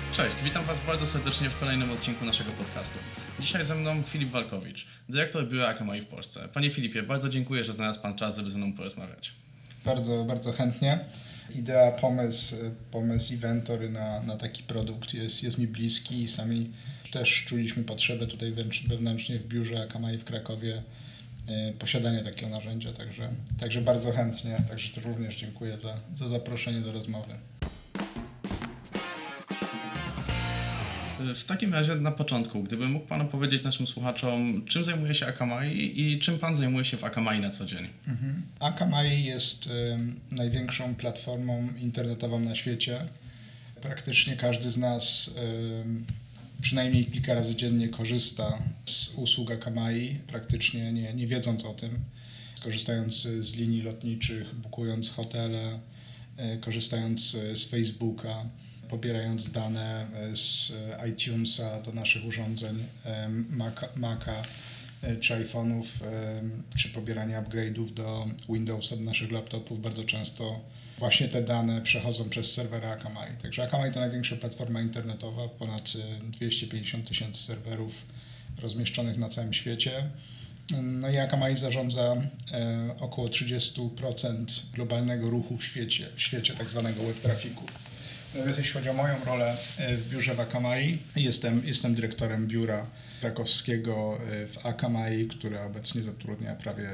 Cześć, witam Was bardzo serdecznie w kolejnym odcinku naszego podcastu. Dzisiaj ze mną Filip Walkowicz, dyrektor biura Akamai w Polsce. Panie Filipie, bardzo dziękuję, że znalazł Pan czas, żeby ze mną porozmawiać. Bardzo, bardzo chętnie. Idea, pomysł Inventory na taki produkt jest mi bliski i sami też czuliśmy potrzebę tutaj wewnętrznie w biurze Akamai w Krakowie posiadania takiego narzędzia, także bardzo chętnie, także to również dziękuję za zaproszenie do rozmowy. W takim razie na początku, gdyby mógł Pan opowiedzieć naszym słuchaczom, czym zajmuje się Akamai i czym Pan zajmuje się w Akamai na co dzień? Akamai jest największą platformą internetową na świecie. Praktycznie każdy z nas przynajmniej kilka razy dziennie korzysta z usług Akamai, praktycznie nie wiedząc o tym, korzystając z linii lotniczych, bukując hotele, korzystając z Facebooka, pobierając dane z iTunesa do naszych urządzeń Maca czy iPhone'ów, czy pobieranie upgrade'ów do Windowsa, do naszych laptopów. Bardzo często właśnie te dane przechodzą przez serwery Akamai. Także Akamai to największa platforma internetowa, ponad 250 000 serwerów rozmieszczonych na całym świecie. No i Akamai zarządza około 30% globalnego ruchu w świecie tak zwanego web trafiku. Natomiast jeśli chodzi o moją rolę w biurze w Akamai, jestem dyrektorem biura krakowskiego w Akamai, które obecnie zatrudnia prawie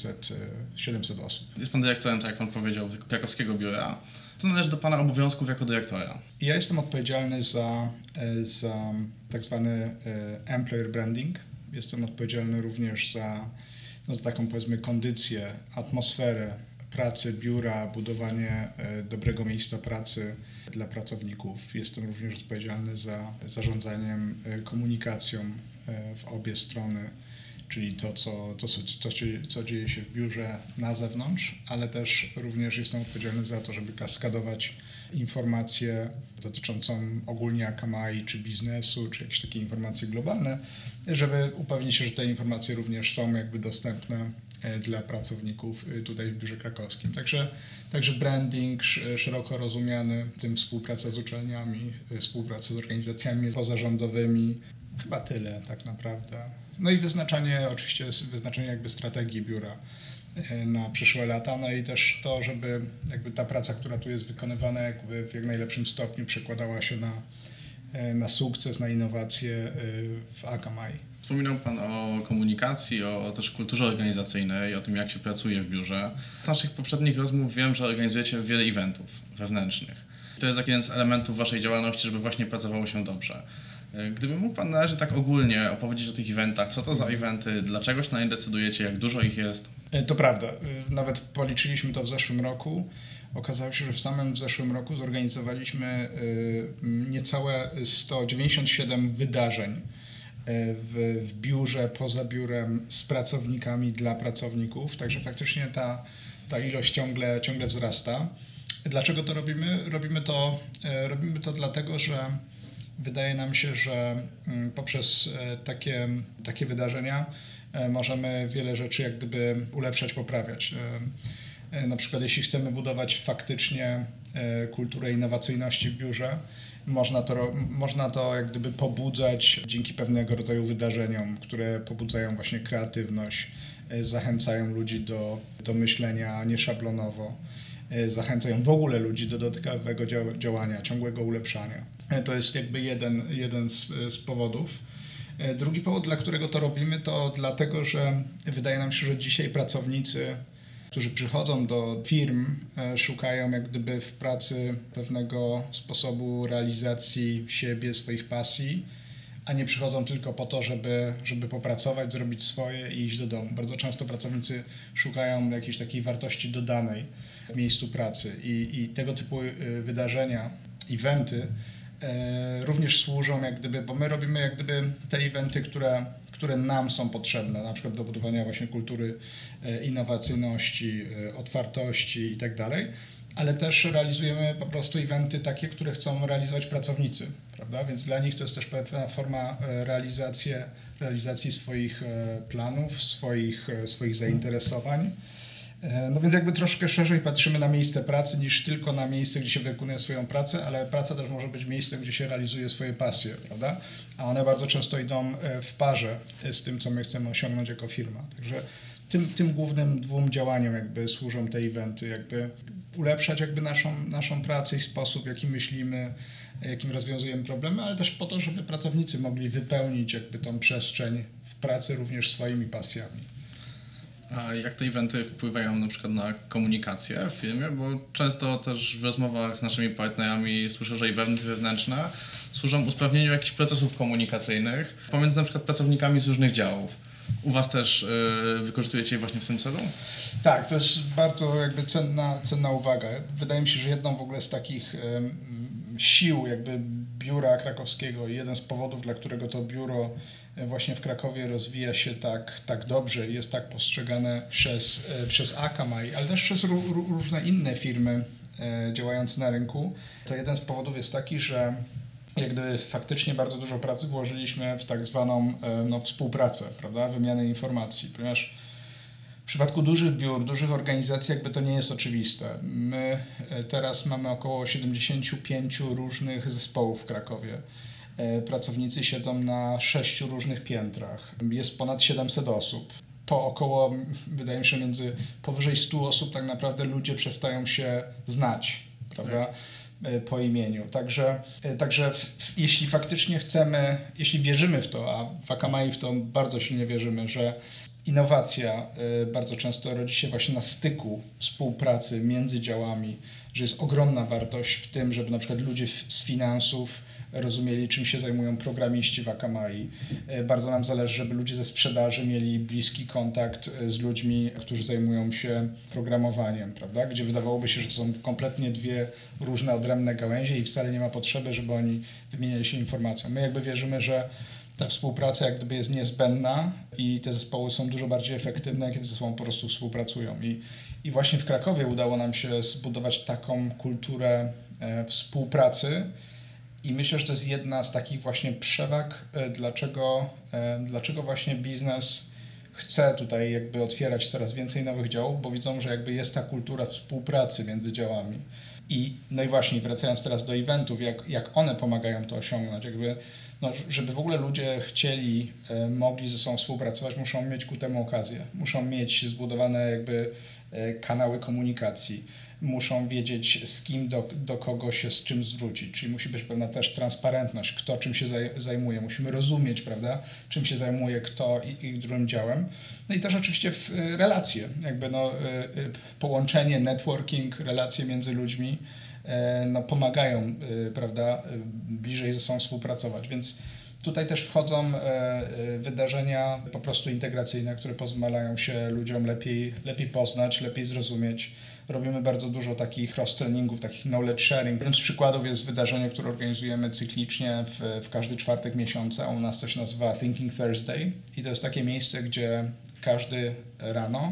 700 osób. Jest Pan dyrektorem, tak jak Pan powiedział, krakowskiego biura. Co należy do Pana obowiązków jako dyrektora? Ja jestem odpowiedzialny za tak zwany employer branding. Jestem odpowiedzialny również za taką, powiedzmy, kondycję, atmosferę pracy biura, budowanie dobrego miejsca pracy dla pracowników. Jestem również odpowiedzialny za zarządzaniem komunikacją w obie strony, czyli co dzieje się w biurze na zewnątrz, ale też również jestem odpowiedzialny za to, żeby kaskadować informacje dotyczącą ogólnie Akamai, czy biznesu, czy jakieś takie informacje globalne, żeby upewnić się, że te informacje również są jakby dostępne dla pracowników tutaj w biurze krakowskim. Także branding szeroko rozumiany, w tym współpraca z uczelniami, współpraca z organizacjami pozarządowymi. Chyba tyle tak naprawdę. No i wyznaczanie jakby strategii biura na przyszłe lata, no i też to, żeby jakby ta praca, która tu jest wykonywana, jakby w jak najlepszym stopniu przekładała się na sukces, na innowacje w Akamai. Wspominał Pan o komunikacji, o też kulturze organizacyjnej, o tym, jak się pracuje w biurze. Z naszych poprzednich rozmów wiem, że organizujecie wiele eventów wewnętrznych. To jest jeden z elementów Waszej działalności, żeby właśnie pracowało się dobrze. Gdyby mógł Pan na razie tak ogólnie opowiedzieć o tych eventach, co to za eventy, dlaczego się na nie decydujecie, jak dużo ich jest? To prawda. Nawet policzyliśmy to w zeszłym roku. Okazało się, że w samym zeszłym roku zorganizowaliśmy niecałe 197 wydarzeń w biurze, poza biurem, z pracownikami, dla pracowników. Także faktycznie ta ilość ciągle wzrasta. Dlaczego to robimy? Robimy to dlatego, że wydaje nam się, że poprzez takie wydarzenia możemy wiele rzeczy jak gdyby ulepszać, poprawiać. Na przykład jeśli chcemy budować faktycznie kulturę innowacyjności w biurze, można to jak gdyby pobudzać dzięki pewnego rodzaju wydarzeniom, które pobudzają właśnie kreatywność, zachęcają ludzi do myślenia nieszablonowo, zachęcają w ogóle ludzi do dodatkowego działania, ciągłego ulepszania. To jest jakby jeden z powodów. Drugi powód, dla którego to robimy, to dlatego, że wydaje nam się, że dzisiaj pracownicy, którzy przychodzą do firm, szukają jak gdyby w pracy pewnego sposobu realizacji siebie, swoich pasji, a nie przychodzą tylko po to, żeby popracować, zrobić swoje i iść do domu. Bardzo często pracownicy szukają jakiejś takiej wartości dodanej w miejscu pracy i tego typu wydarzenia, eventy również służą jak gdyby, bo my robimy jak gdyby te eventy, które nam są potrzebne, na przykład do budowania właśnie kultury innowacyjności, otwartości i tak dalej, ale też realizujemy po prostu eventy takie, które chcą realizować pracownicy, prawda? Więc dla nich to jest też pewna forma realizacji swoich planów, swoich zainteresowań. No więc jakby troszkę szerzej patrzymy na miejsce pracy niż tylko na miejsce, gdzie się wykonuje swoją pracę, ale praca też może być miejscem, gdzie się realizuje swoje pasje, prawda? A one bardzo często idą w parze z tym, co my chcemy osiągnąć jako firma. Także tym głównym dwóm działaniom jakby służą te eventy, jakby ulepszać jakby naszą pracę i sposób, w jaki myślimy, jakim rozwiązujemy problemy, ale też po to, żeby pracownicy mogli wypełnić jakby tą przestrzeń w pracy również swoimi pasjami. A jak te eventy wpływają na przykład na komunikację w firmie? Bo często też w rozmowach z naszymi partnerami słyszę, że eventy wewnętrzne służą usprawnieniu jakichś procesów komunikacyjnych pomiędzy na przykład pracownikami z różnych działów. U Was też wykorzystujecie je właśnie w tym celu? Tak, to jest bardzo jakby cenna uwaga. Wydaje mi się, że jedną w ogóle z takich sił jakby biura krakowskiego i jeden z powodów, dla którego to biuro właśnie w Krakowie rozwija się tak dobrze i jest tak postrzegane przez Akamai, ale też przez różne inne firmy działające na rynku, to jeden z powodów jest taki, że jak gdyby faktycznie bardzo dużo pracy włożyliśmy w tak zwaną współpracę, prawda, wymianę informacji, ponieważ w przypadku dużych biur, dużych organizacji jakby to nie jest oczywiste. My teraz mamy około 75 różnych zespołów w Krakowie. Pracownicy siedzą na 6 różnych piętrach. Jest ponad 700 osób. Po około, wydaje mi się, powyżej 100 osób tak naprawdę ludzie przestają się znać, prawda? Po imieniu. Także jeśli faktycznie jeśli wierzymy w to, a w Akamai w to bardzo silnie wierzymy, że innowacja bardzo często rodzi się właśnie na styku współpracy między działami, że jest ogromna wartość w tym, żeby na przykład ludzie z finansów rozumieli, czym się zajmują programiści w Akamai. Bardzo nam zależy, żeby ludzie ze sprzedaży mieli bliski kontakt z ludźmi, którzy zajmują się programowaniem, prawda? Gdzie wydawałoby się, że to są kompletnie dwie różne, odrębne gałęzie i wcale nie ma potrzeby, żeby oni wymieniali się informacją. My jakby wierzymy, że ta współpraca jak gdyby jest niezbędna i te zespoły są dużo bardziej efektywne, kiedy ze sobą po prostu współpracują. I właśnie w Krakowie udało nam się zbudować taką kulturę współpracy i myślę, że to jest jedna z takich właśnie przewag, dlaczego właśnie biznes chce tutaj jakby otwierać coraz więcej nowych działów, bo widzą, że jakby jest ta kultura współpracy między działami. No i właśnie, wracając teraz do eventów, jak one pomagają to osiągnąć, jakby, żeby w ogóle ludzie mogli ze sobą współpracować, muszą mieć ku temu okazję, muszą mieć zbudowane jakby kanały komunikacji, muszą wiedzieć z kim, do kogo się z czym zwrócić, czyli musi być pewna też transparentność, kto czym się zajmuje, musimy rozumieć, prawda, czym się zajmuje kto i którym działem. No i też oczywiście relacje, jakby połączenie, networking, relacje między ludźmi pomagają, prawda, bliżej ze sobą współpracować, więc tutaj też wchodzą wydarzenia po prostu integracyjne, które pozwalają się ludziom lepiej poznać, lepiej zrozumieć. Robimy bardzo dużo takich cross-trainingów, takich knowledge sharing. Jednym z przykładów jest wydarzenie, które organizujemy cyklicznie w każdy czwartek miesiąca. U nas to się nazywa Thinking Thursday i to jest takie miejsce, gdzie każdy rano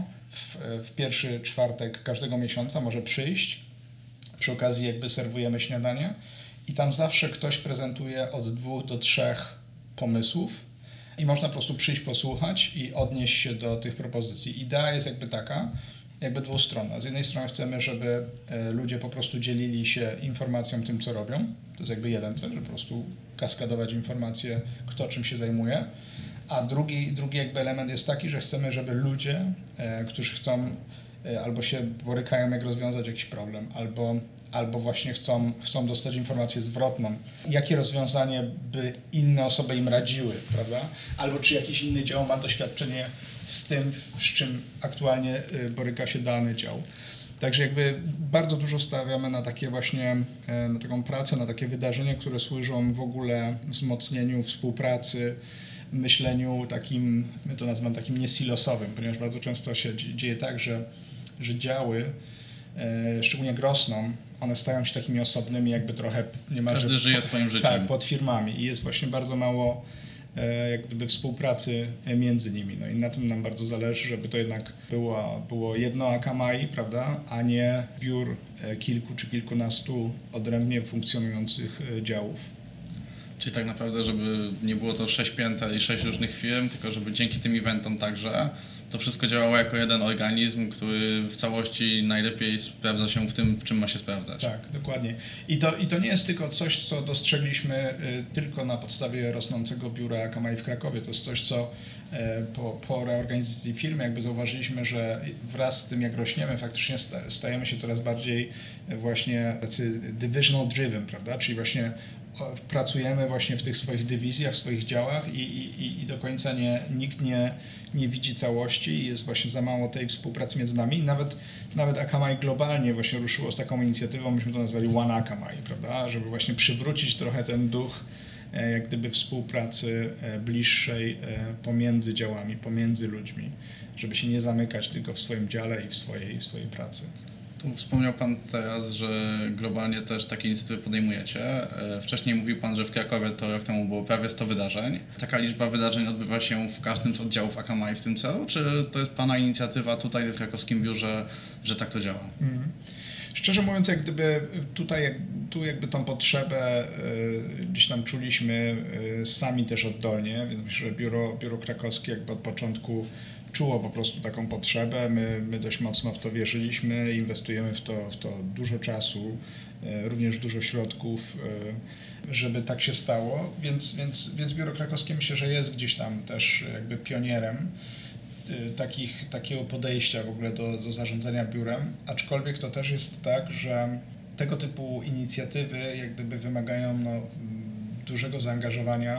w pierwszy czwartek każdego miesiąca może przyjść. Przy okazji jakby serwujemy śniadanie i tam zawsze ktoś prezentuje od 2 do 3 pomysłów i można po prostu przyjść, posłuchać i odnieść się do tych propozycji. Idea jest jakby taka, jakby dwustronna. Z jednej strony chcemy, żeby ludzie po prostu dzielili się informacją tym, co robią. To jest jakby jeden cel, żeby po prostu kaskadować informacje, kto czym się zajmuje. A drugi jakby element jest taki, że chcemy, żeby ludzie, którzy chcą albo się borykają, jak rozwiązać jakiś problem, albo właśnie chcą dostać informację zwrotną, jakie rozwiązanie by inne osoby im radziły, prawda? Albo czy jakiś inny dział ma doświadczenie z tym, z czym aktualnie boryka się dany dział. Także jakby bardzo dużo stawiamy na takie właśnie, na taką pracę, na takie wydarzenia, które służą w ogóle wzmocnieniu współpracy, myśleniu takim, my to nazywam takim niesilosowym, ponieważ bardzo często się dzieje tak, że działy, szczególnie jak rosną, one stają się takimi osobnymi, jakby trochę niemalże... Każdy żyje swoim życiem. Tak, pod firmami i jest właśnie bardzo mało jak gdyby współpracy między nimi. No i na tym nam bardzo zależy, żeby to jednak było jedno Akamai, prawda, a nie biur kilku czy kilkunastu odrębnie funkcjonujących działów. Czyli tak naprawdę, żeby nie było to 6 pięter i 6 różnych firm, tylko żeby dzięki tym eventom także to wszystko działało jako jeden organizm, który w całości najlepiej sprawdza się w tym, w czym ma się sprawdzać. Tak, dokładnie. I to nie jest tylko coś, co dostrzegliśmy tylko na podstawie rosnącego biura Akamai w Krakowie. To jest coś, co po reorganizacji firmy jakby zauważyliśmy, że wraz z tym, jak rośniemy, faktycznie stajemy się coraz bardziej właśnie tacy divisional driven, prawda? Czyli właśnie pracujemy właśnie w tych swoich dywizjach, w swoich działach i do końca nikt nie widzi całości i jest właśnie za mało tej współpracy między nami. Nawet Akamai globalnie właśnie ruszyło z taką inicjatywą, myśmy to nazwali One Akamai, prawda? Żeby właśnie przywrócić trochę ten duch jak gdyby współpracy bliższej pomiędzy działami, pomiędzy ludźmi, żeby się nie zamykać tylko w swoim dziale i w swojej pracy. Tu wspomniał Pan teraz, że globalnie też takie inicjatywy podejmujecie. Wcześniej mówił Pan, że w Krakowie to rok temu było prawie 100 wydarzeń. Taka liczba wydarzeń odbywa się w każdym z oddziałów Akamai w tym celu, czy to jest Pana inicjatywa tutaj w krakowskim biurze, że tak to działa? Szczerze mówiąc, jak gdyby tu jakby tą potrzebę gdzieś tam czuliśmy sami też oddolnie, więc myślę, że biuro krakowskie jakby od początku czuło po prostu taką potrzebę. My dość mocno w to wierzyliśmy, inwestujemy w to dużo czasu, również dużo środków, żeby tak się stało, więc biuro krakowskie myślę, że jest gdzieś tam też jakby pionierem takiego podejścia w ogóle do zarządzania biurem, aczkolwiek to też jest tak, że tego typu inicjatywy jak gdyby wymagają dużego zaangażowania,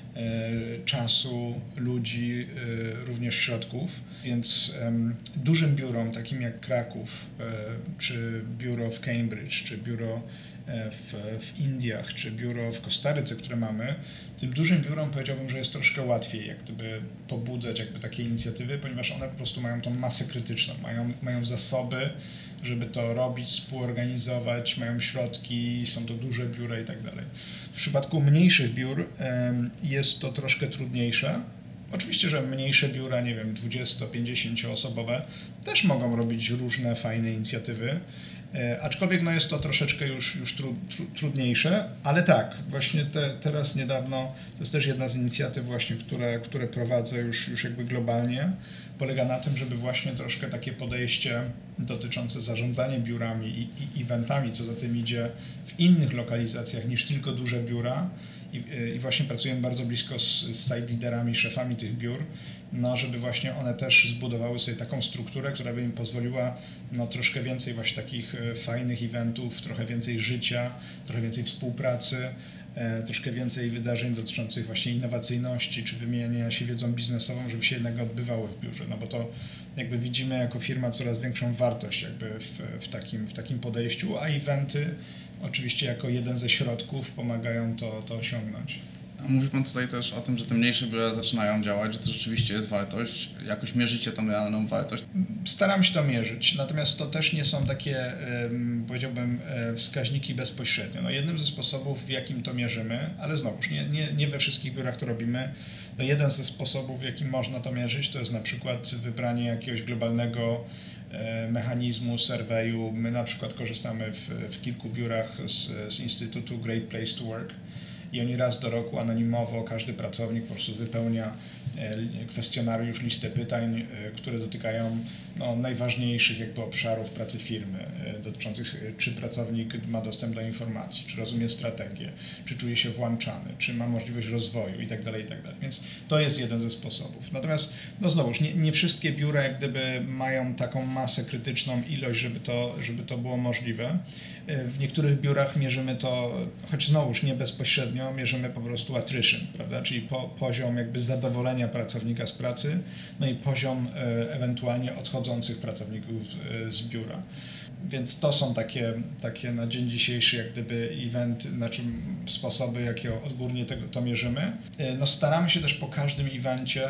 czasu, ludzi, również środków, więc dużym biurom, takim jak Kraków, czy biuro w Cambridge, czy biuro w Indiach, czy biuro w Kostaryce, które mamy, tym dużym biurom powiedziałbym, że jest troszkę łatwiej jak gdyby pobudzać jakby takie inicjatywy, ponieważ one po prostu mają tą masę krytyczną, mają zasoby, żeby to robić, współorganizować, mają środki, są to duże biura i tak dalej. W przypadku mniejszych biur jest to troszkę trudniejsze. Oczywiście, że mniejsze biura, nie wiem, 20-50 osobowe też mogą robić różne fajne inicjatywy, aczkolwiek jest to troszeczkę już trudniejsze, ale tak, właśnie teraz niedawno, to jest też jedna z inicjatyw właśnie, które prowadzę już jakby globalnie, polega na tym, żeby właśnie troszkę takie podejście dotyczące zarządzania biurami i eventami, co za tym idzie w innych lokalizacjach niż tylko duże biura, i właśnie pracujemy bardzo blisko z site liderami, szefami tych biur, żeby właśnie one też zbudowały sobie taką strukturę, która by im pozwoliła troszkę więcej właśnie takich fajnych eventów, trochę więcej życia, trochę więcej współpracy, troszkę więcej wydarzeń dotyczących właśnie innowacyjności czy wymieniania się wiedzą biznesową, żeby się jednak odbywały w biurze, bo to jakby widzimy jako firma coraz większą wartość jakby w takim podejściu, a eventy oczywiście jako jeden ze środków pomagają to osiągnąć. Mówi Pan tutaj też o tym, że te mniejsze biura zaczynają działać, że to rzeczywiście jest wartość. Jakoś mierzycie tą realną wartość? Staram się to mierzyć, natomiast to też nie są takie, powiedziałbym, wskaźniki bezpośrednio. Jednym ze sposobów, w jakim to mierzymy, ale znowuż nie we wszystkich biurach to robimy, jeden ze sposobów, w jakim można to mierzyć, to jest na przykład wybranie jakiegoś globalnego mechanizmu, surveyu. My na przykład korzystamy w kilku biurach z Instytutu Great Place to Work i oni raz do roku anonimowo, każdy pracownik po prostu wypełnia kwestionariusz, listę pytań, które dotykają najważniejszych jakby obszarów pracy firmy, dotyczących czy pracownik ma dostęp do informacji, czy rozumie strategię, czy czuje się włączany, czy ma możliwość rozwoju itd. Więc to jest jeden ze sposobów. Natomiast znowuż nie wszystkie biura jak gdyby mają taką masę krytyczną ilość, żeby to było możliwe. W niektórych biurach mierzymy to, choć znowuż nie bezpośrednio, mierzymy po prostu attrition, prawda? Czyli poziom jakby zadowolenia pracownika z pracy, i poziom ewentualnie odchodzących pracowników z biura. Więc to są takie na dzień dzisiejszy jak gdyby eventy, sposoby, jakie odgórnie to mierzymy. Staramy się też po każdym evencie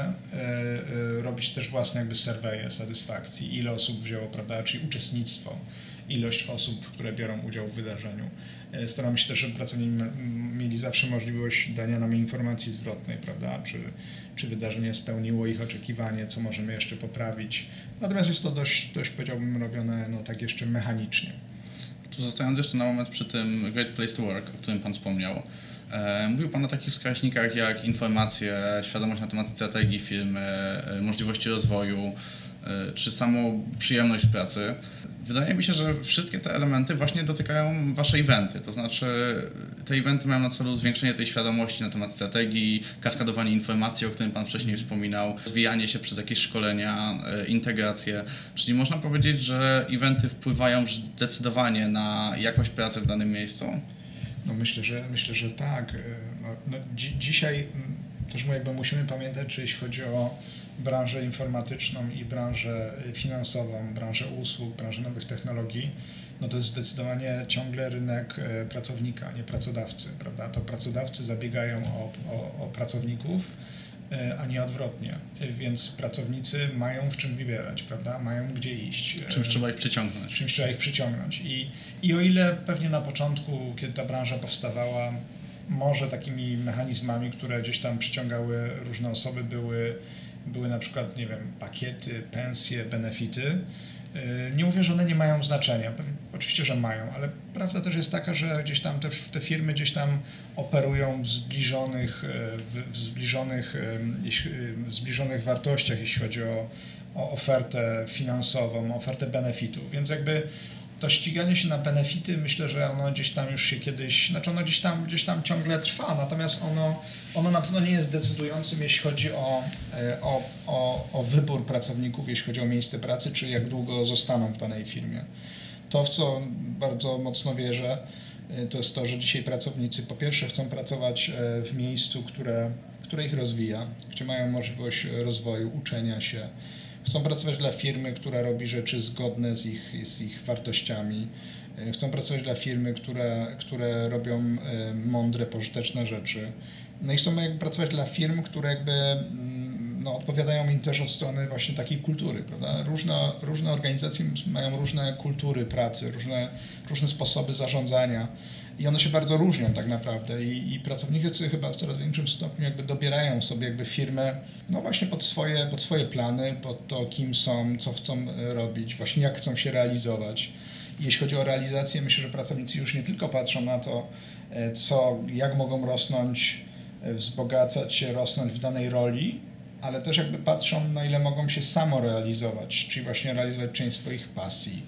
robić też własne jakby surveje satysfakcji, ile osób wzięło, prawda, czyli uczestnictwo, ilość osób, które biorą udział w wydarzeniu. Staramy się też, żeby pracownicy mieli zawsze możliwość dania nam informacji zwrotnej, prawda, czy wydarzenie spełniło ich oczekiwanie, co możemy jeszcze poprawić. Natomiast jest to dość powiedziałbym, robione tak jeszcze mechanicznie. Tu zostając jeszcze na moment przy tym Great Place to Work, o którym Pan wspomniał, Mówił Pan o takich wskaźnikach jak informacje, świadomość na temat strategii firmy, możliwości rozwoju, czy samą przyjemność z pracy. Wydaje mi się, że wszystkie te elementy właśnie dotykają Wasze eventy, to znaczy te eventy mają na celu zwiększenie tej świadomości na temat strategii, kaskadowanie informacji, o którym Pan wcześniej wspominał, rozwijanie się przez jakieś szkolenia, integrację, czyli można powiedzieć, że eventy wpływają zdecydowanie na jakość pracy w danym miejscu? No myślę, że tak. Dzisiaj też jakby musimy pamiętać, że jeśli chodzi o branżę informatyczną i branżę finansową, branżę usług, branżę nowych technologii, no to jest zdecydowanie ciągle rynek pracownika, nie pracodawcy, prawda? To pracodawcy zabiegają o pracowników, a nie odwrotnie, więc pracownicy mają w czym wybierać, prawda? Mają gdzie iść. Czymś trzeba ich przyciągnąć. Czymś trzeba ich przyciągnąć. I o ile pewnie na początku, kiedy ta branża powstawała, może takimi mechanizmami, które gdzieś tam przyciągały różne osoby, były na przykład, nie wiem, pakiety, pensje, benefity. Nie mówię, że one nie mają znaczenia. Oczywiście, że mają, ale prawda też jest taka, że gdzieś tam te firmy gdzieś tam operują w zbliżonych wartościach, jeśli chodzi o ofertę finansową, ofertę benefitów. Więc jakby to ściganie się na benefity, myślę, że ono gdzieś tam już się kiedyś, znaczy ono gdzieś tam ciągle trwa, natomiast ono na pewno nie jest decydującym, jeśli chodzi o wybór pracowników, jeśli chodzi o miejsce pracy, czy jak długo zostaną w danej firmie. To, w co bardzo mocno wierzę, to jest to, że dzisiaj pracownicy po pierwsze chcą pracować w miejscu, które ich rozwija, gdzie mają możliwość rozwoju, uczenia się. Chcą pracować dla firmy, która robi rzeczy zgodne z ich wartościami. Chcą pracować dla firmy, które robią mądre, pożyteczne rzeczy. No i chcą jakby pracować dla firm, które jakby odpowiadają im też od strony właśnie takiej kultury, prawda? Różne organizacje mają różne kultury pracy, różne sposoby zarządzania i one się bardzo różnią tak naprawdę i pracownicy chyba w coraz większym stopniu jakby dobierają sobie jakby firmę, no właśnie pod swoje plany, pod to, kim są, co chcą robić, właśnie jak chcą się realizować. Jeśli chodzi o realizację, myślę, że pracownicy już nie tylko patrzą na to, jak mogą rosnąć, wzbogacać się, rosnąć w danej roli, ale też jakby patrzą, na ile mogą się samorealizować, czyli właśnie realizować część swoich pasji.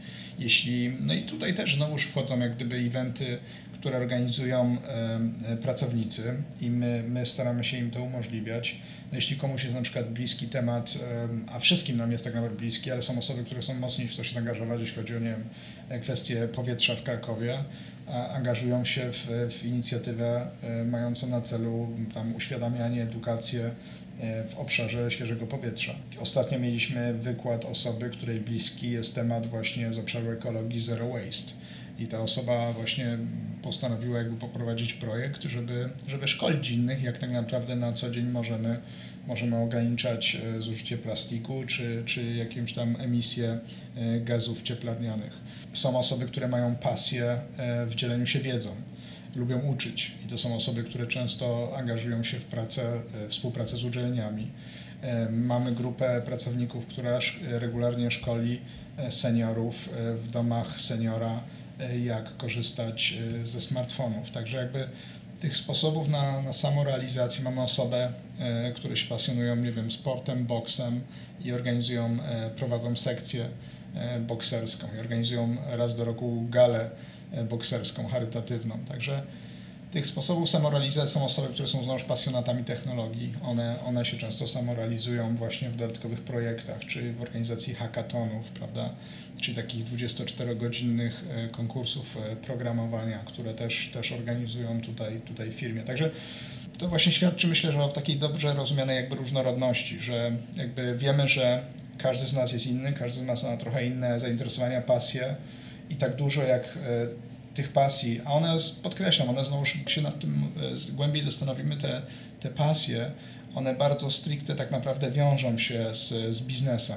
No i tutaj też znowuż wchodzą jak gdyby eventy, które organizują pracownicy i my staramy się im to umożliwiać. No jeśli komuś jest na przykład bliski temat, a wszystkim nam jest tak naprawdę bliski, ale są osoby, które są mocniej w to się zaangażować, jeśli chodzi o, nie wiem, kwestie powietrza w Krakowie, angażują się w inicjatywę mającą na celu tam uświadamianie, edukację w obszarze świeżego powietrza. Ostatnio mieliśmy wykład osoby, której bliski jest temat właśnie z obszaru ekologii Zero Waste. I ta osoba właśnie postanowiła jakby poprowadzić projekt, żeby szkolić innych, jak tak naprawdę na co dzień możemy ograniczać zużycie plastiku czy jakąś tam emisję gazów cieplarnianych. Są osoby, które mają pasję w dzieleniu się wiedzą, lubią uczyć i to są osoby, które często angażują się w współpracę z uczelniami. Mamy grupę pracowników, która regularnie szkoli seniorów w domach seniora, jak korzystać ze smartfonów. Także jakby tych sposobów na samorealizację mamy osobę, które się pasjonują, nie wiem, sportem, boksem i prowadzą sekcję bokserską i organizują raz do roku galę bokserską, charytatywną. Także tych sposobów samorealizacji są osoby, które są znowuż pasjonatami technologii. One się często samorealizują właśnie w dodatkowych projektach, czy w organizacji hackathonów, prawda, czy takich 24-godzinnych konkursów programowania, które też organizują tutaj w firmie. Także to właśnie świadczy, myślę, że o takiej dobrze rozumianej jakby różnorodności, że jakby wiemy, że każdy z nas jest inny, każdy z nas ma trochę inne zainteresowania, pasje i tak dużo jak tych pasji, a one, podkreślam, one znowu się nad tym głębiej zastanowimy, te pasje, one bardzo stricte tak naprawdę wiążą się z biznesem,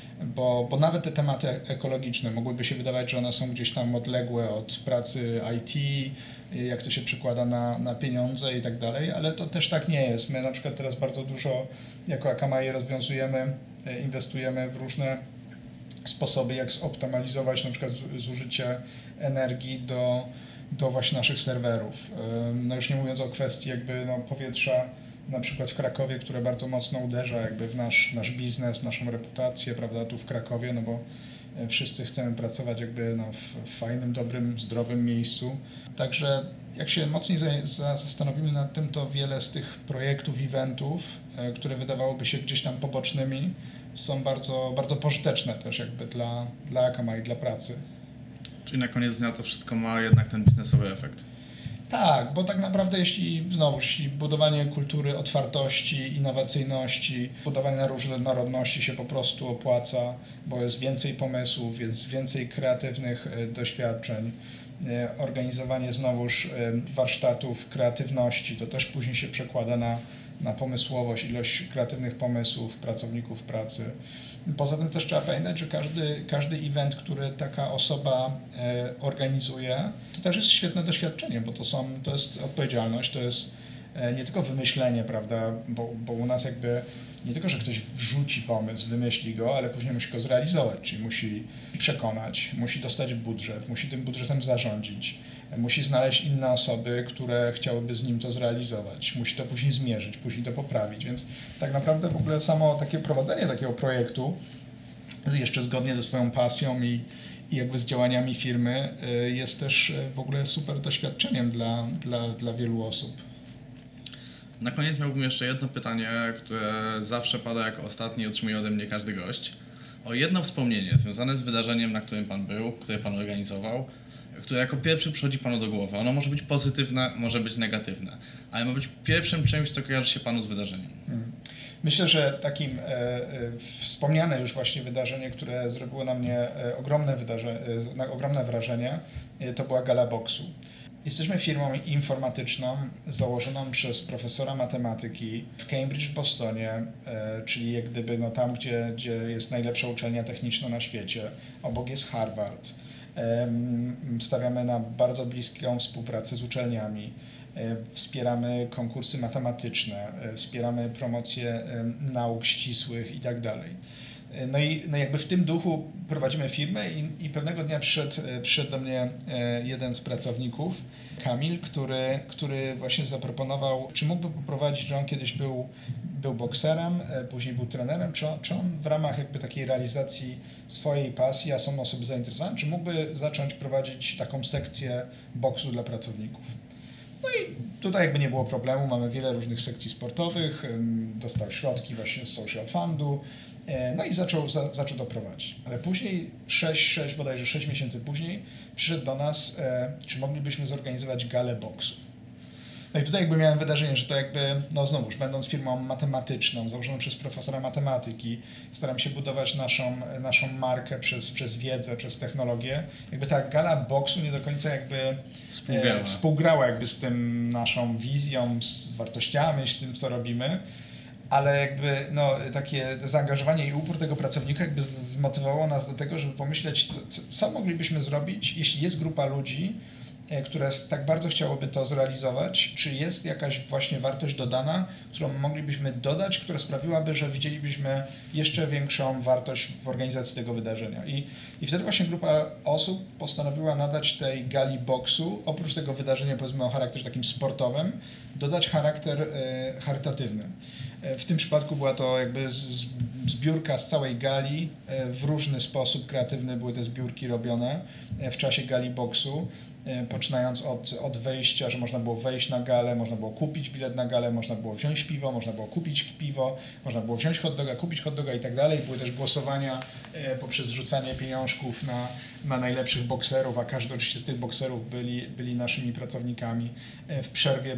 bo nawet te tematy ekologiczne mogłyby się wydawać, że one są gdzieś tam odległe od pracy IT, jak to się przekłada na pieniądze i tak dalej, ale to też tak nie jest. My na przykład teraz bardzo dużo jako Akamai rozwiązujemy, inwestujemy w różne sposoby, jak zoptymalizować na przykład zużycie energii do właśnie naszych serwerów. No już nie mówiąc o kwestii jakby powietrza, na przykład w Krakowie, które bardzo mocno uderza jakby w nasz biznes, naszą reputację, prawda, tu w Krakowie, no bo wszyscy chcemy pracować jakby w fajnym, dobrym, zdrowym miejscu. Także jak się mocniej zastanowimy nad tym, to wiele z tych projektów, eventów, które wydawałoby się gdzieś tam pobocznymi, są bardzo, bardzo pożyteczne też jakby dla Akama i dla pracy. Czyli na koniec dnia to wszystko ma jednak ten biznesowy efekt. Tak, bo tak naprawdę jeśli budowanie kultury otwartości, innowacyjności, budowanie różnorodności się po prostu opłaca, bo jest więcej pomysłów, jest więcej kreatywnych doświadczeń, organizowanie znowuż warsztatów kreatywności, to też później się przekłada na pomysłowość, ilość kreatywnych pomysłów pracowników pracy. Poza tym też trzeba pamiętać, że każdy event, który taka osoba organizuje, to też jest świetne doświadczenie, bo to jest odpowiedzialność, to jest nie tylko wymyślenie, prawda, bo u nas jakby nie tylko, że ktoś wrzuci pomysł, wymyśli go, ale później musi go zrealizować, czyli musi przekonać, musi dostać budżet, musi tym budżetem zarządzić, musi znaleźć inne osoby, które chciałyby z nim to zrealizować, musi to później zmierzyć, później to poprawić, więc tak naprawdę w ogóle samo takie prowadzenie takiego projektu, jeszcze zgodnie ze swoją pasją i jakby z działaniami firmy, jest też w ogóle super doświadczeniem dla wielu osób. Na koniec miałbym jeszcze jedno pytanie, które zawsze pada jako ostatnie i otrzymuje ode mnie każdy gość. O jedno wspomnienie związane z wydarzeniem, na którym Pan był, które Pan organizował, które jako pierwszy przychodzi Panu do głowy. Ono może być pozytywne, może być negatywne, ale ma być pierwszym czymś, co kojarzy się Panu z wydarzeniem. Myślę, że takim wspomniane już właśnie wydarzenie, które zrobiło na mnie ogromne wrażenie, to była Gala Boksu. Jesteśmy firmą informatyczną założoną przez profesora matematyki w Cambridge w Bostonie, czyli jak gdyby tam, gdzie jest najlepsza uczelnia techniczna na świecie. Obok jest Harvard. Stawiamy na bardzo bliską współpracę z uczelniami. Wspieramy konkursy matematyczne, wspieramy promocję nauk ścisłych i tak dalej. No i jakby w tym duchu prowadzimy firmę i pewnego dnia przyszedł do mnie jeden z pracowników, Kamil, który właśnie zaproponował, czy mógłby poprowadzić, że on kiedyś był bokserem, później był trenerem, czy on w ramach jakby takiej realizacji swojej pasji, a są osoby zainteresowane, czy mógłby zacząć prowadzić taką sekcję boksu dla pracowników. No i tutaj jakby nie było problemu, mamy wiele różnych sekcji sportowych, dostał środki właśnie z Social Fundu, no i zaczął to prowadzić. Ale później, bodajże 6 miesięcy później, przyszedł do nas, czy moglibyśmy zorganizować galę boksu. No i tutaj jakby miałem wydarzenie, że to jakby, no znowuż, będąc firmą matematyczną, założoną przez profesora matematyki, staram się budować naszą markę przez wiedzę, przez technologię. Jakby ta gala boksu nie do końca jakby współgrała jakby z tym naszą wizją, z wartościami, z tym, co robimy. Ale jakby takie zaangażowanie i upór tego pracownika jakby zmotywowało nas do tego, żeby pomyśleć, co moglibyśmy zrobić, jeśli jest grupa ludzi, które tak bardzo chciałoby to zrealizować, czy jest jakaś właśnie wartość dodana, którą moglibyśmy dodać, która sprawiłaby, że widzielibyśmy jeszcze większą wartość w organizacji tego wydarzenia. I wtedy właśnie grupa osób postanowiła nadać tej gali boksu, oprócz tego wydarzenia powiedzmy o charakterze takim sportowym, dodać charakter charytatywny. W tym przypadku była to jakby zbiórka z całej gali, w różny sposób kreatywny były te zbiórki robione w czasie gali boksu, poczynając od wejścia, że można było wejść na galę, można było kupić bilet na galę, można było wziąć piwo, można było kupić piwo, można było wziąć hot doga, kupić hot doga i tak dalej. Były też głosowania poprzez wrzucanie pieniążków na najlepszych bokserów, a każdy oczywiście z tych bokserów byli naszymi pracownikami. W przerwie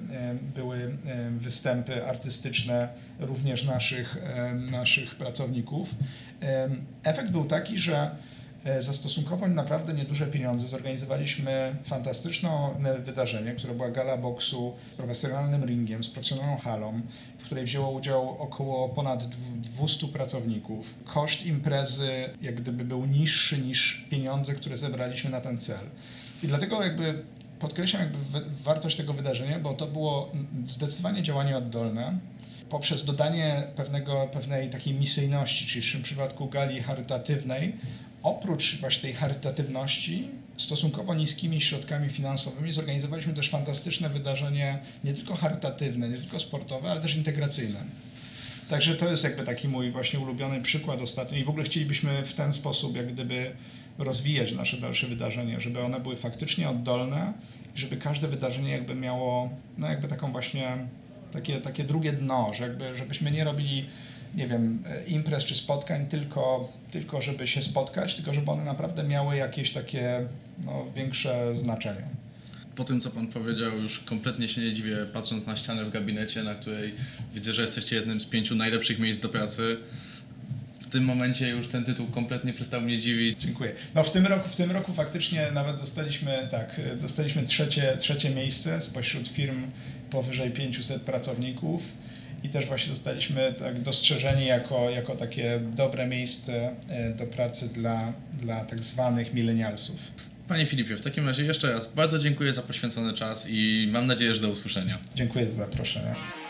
były występy artystyczne również naszych pracowników. Efekt był taki, że za stosunkowo naprawdę nieduże pieniądze zorganizowaliśmy fantastyczne wydarzenie, które była gala boksu z profesjonalnym ringiem, z profesjonalną halą, w której wzięło udział około ponad 200 pracowników. Koszt imprezy jak gdyby był niższy niż pieniądze, które zebraliśmy na ten cel. I dlatego jakby podkreślam jakby wartość tego wydarzenia, bo to było zdecydowanie działanie oddolne. poprzez dodanie pewnej takiej misyjności, czyli w tym przypadku gali charytatywnej, oprócz właśnie tej charytatywności, stosunkowo niskimi środkami finansowymi zorganizowaliśmy też fantastyczne wydarzenie, nie tylko charytatywne, nie tylko sportowe, ale też integracyjne. Także to jest jakby taki mój właśnie ulubiony przykład ostatnio i w ogóle chcielibyśmy w ten sposób jak gdyby rozwijać nasze dalsze wydarzenia, żeby one były faktycznie oddolne i żeby każde wydarzenie jakby miało no jakby taką właśnie takie drugie dno, żebyśmy nie robili, nie wiem, imprez czy spotkań tylko żeby się spotkać, tylko żeby one naprawdę miały jakieś takie no, większe znaczenie. Po tym, co Pan powiedział, już kompletnie się nie dziwię, patrząc na ścianę w gabinecie, na której widzę, że jesteście jednym z 5 najlepszych miejsc do pracy. W tym momencie już ten tytuł kompletnie przestał mnie dziwić. Dziękuję. No w tym roku faktycznie nawet dostaliśmy trzecie miejsce spośród firm powyżej 500 pracowników i też właśnie zostaliśmy tak dostrzeżeni jako takie dobre miejsce do pracy dla tak zwanych millennialsów. Panie Filipie, w takim razie jeszcze raz bardzo dziękuję za poświęcony czas i mam nadzieję, że do usłyszenia. Dziękuję za zaproszenie.